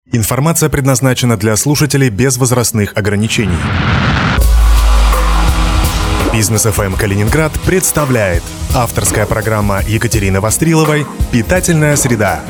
Информация предназначена для слушателей без возрастных ограничений. Бизнес FM Калининград представляет авторская программа Екатерины Востриловой «Питательная среда».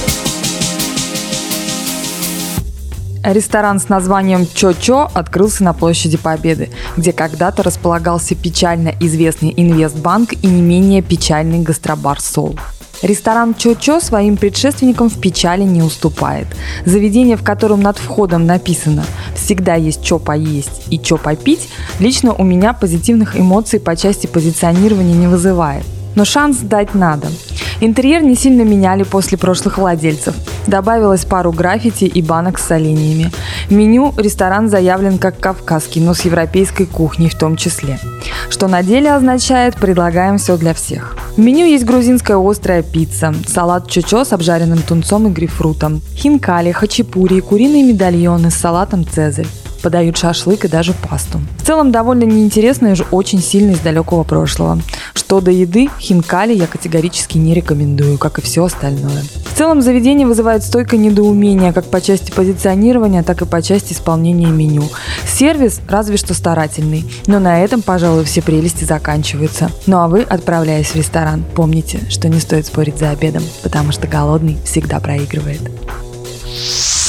Ресторан с названием «Чо-Чо» открылся на площади Победы, где когда-то располагался печально известный Инвестбанк и не менее печальный гастробар «Сол». Ресторан «Чо-Чо» своим предшественникам в печали не уступает. Заведение, в котором над входом написано «Всегда есть чё поесть и чё попить», лично у меня позитивных эмоций по части позиционирования не вызывает. Но шанс дать надо. Интерьер не сильно меняли после прошлых владельцев. Добавилось пару граффити и банок с соленьями. В меню ресторан заявлен как кавказский, но с европейской кухней в том числе. Что на деле означает «предлагаем все для всех». В меню есть грузинская острая пицца, салат чо-чо с обжаренным тунцом и грейпфрутом, хинкали, хачапури и куриные медальоны с салатом «Цезарь». Подают шашлык и даже пасту. В целом довольно неинтересно и уж очень сильно из далекого прошлого. Что до еды, хинкали я категорически не рекомендую, как и все остальное. В целом заведение вызывает стойкое недоумение как по части позиционирования, так и по части исполнения меню. Сервис разве что старательный, но на этом, пожалуй, все прелести заканчиваются. Ну а вы, отправляясь в ресторан, помните, что не стоит спорить за обедом, потому что голодный всегда проигрывает.